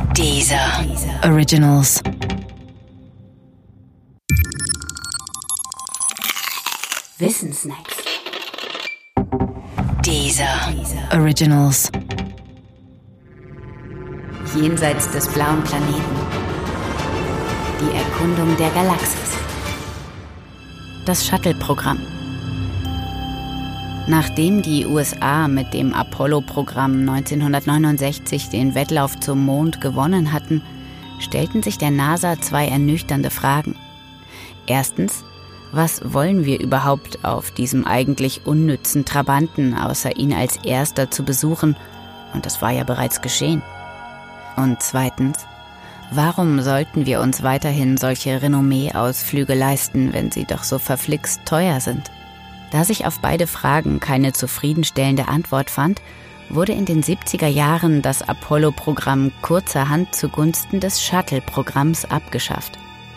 Deezer Originals. Wissensnacks. Deezer Originals. Jenseits des blauen Planeten. Die Erkundung der Galaxis. Das Shuttle-Programm. Nachdem die USA mit dem Apollo-Programm 1969 den Wettlauf zum Mond gewonnen hatten, stellten sich der NASA zwei ernüchternde Fragen. Erstens, was wollen wir überhaupt auf diesem eigentlich unnützen Trabanten, außer ihn als erster zu besuchen? Und das war ja bereits geschehen. Und zweitens, warum sollten wir uns weiterhin solche Renommee-Ausflüge leisten, wenn sie doch so verflixt teuer sind? Da sich auf beide Fragen keine zufriedenstellende Antwort fand, wurde in den 70er Jahren das Apollo-Programm kurzerhand zugunsten des Shuttle-Programms abgeschafft.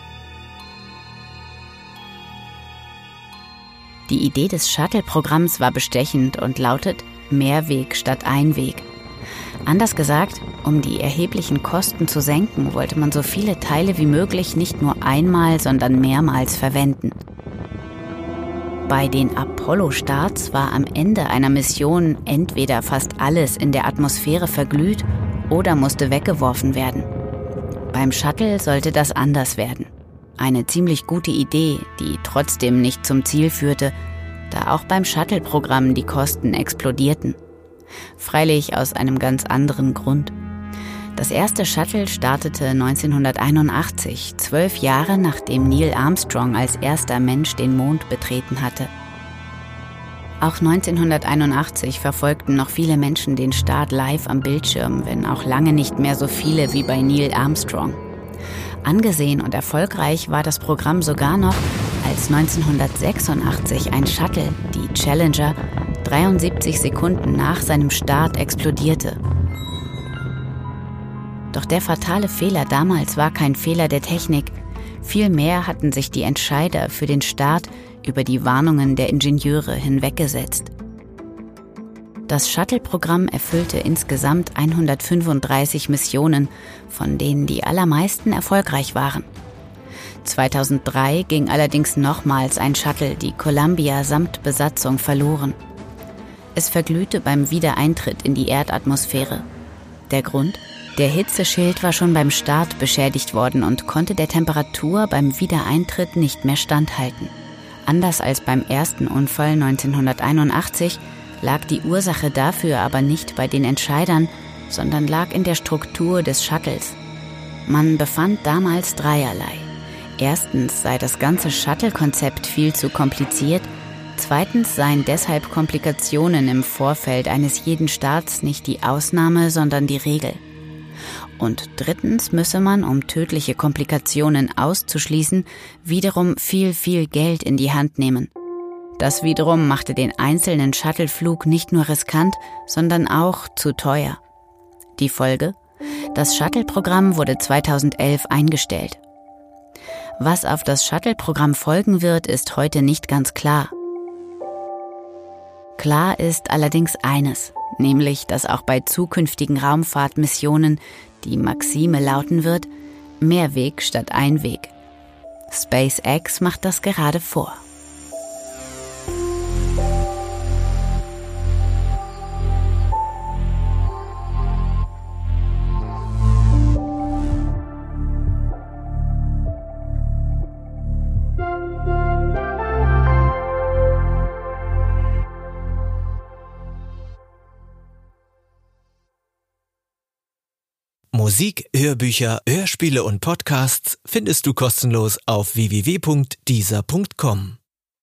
Die Idee des Shuttle-Programms war bestechend und lautet Mehrweg statt Einweg. Anders gesagt, um die erheblichen Kosten zu senken, wollte man so viele Teile wie möglich nicht nur einmal, sondern mehrmals verwenden. Bei den Apollo-Starts war am Ende einer Mission entweder fast alles in der Atmosphäre verglüht oder musste weggeworfen werden. Beim Shuttle sollte das anders werden. Eine ziemlich gute Idee, die trotzdem nicht zum Ziel führte, da auch beim Shuttle-Programm die Kosten explodierten. Freilich aus einem ganz anderen Grund. Das erste Shuttle startete 1981, 12 Jahre nachdem Neil Armstrong als erster Mensch den Mond betreten hatte. Auch 1981 verfolgten noch viele Menschen den Start live am Bildschirm, wenn auch lange nicht mehr so viele wie bei Neil Armstrong. Angesehen und erfolgreich war das Programm sogar noch, als 1986 ein Shuttle, die Challenger, 73 Sekunden nach seinem Start explodierte. Doch der fatale Fehler damals war kein Fehler der Technik. Vielmehr hatten sich die Entscheider für den Start über die Warnungen der Ingenieure hinweggesetzt. Das Shuttle-Programm erfüllte insgesamt 135 Missionen, von denen die allermeisten erfolgreich waren. 2003 ging allerdings nochmals ein Shuttle, die Columbia, samt Besatzung verloren. Es verglühte beim Wiedereintritt in die Erdatmosphäre. Der Grund? Der Hitzeschild war schon beim Start beschädigt worden und konnte der Temperatur beim Wiedereintritt nicht mehr standhalten. Anders als beim ersten Unfall 1981 lag die Ursache dafür aber nicht bei den Entscheidern, sondern lag in der Struktur des Shuttles. Man befand damals dreierlei. Erstens sei das ganze Shuttle-Konzept viel zu kompliziert, zweitens seien deshalb Komplikationen im Vorfeld eines jeden Starts nicht die Ausnahme, sondern die Regel. Und drittens müsse man, um tödliche Komplikationen auszuschließen, wiederum viel Geld in die Hand nehmen. Das wiederum machte den einzelnen Shuttleflug nicht nur riskant, sondern auch zu teuer. Die Folge? Das Shuttle-Programm wurde 2011 eingestellt. Was auf das Shuttle-Programm folgen wird, ist heute nicht ganz klar. Klar ist allerdings eines, nämlich, dass auch bei zukünftigen Raumfahrtmissionen die Maxime lauten wird, Mehrweg statt Einweg. SpaceX macht das gerade vor. Musik, Hörbücher, Hörspiele und Podcasts findest du kostenlos auf www.deezer.com.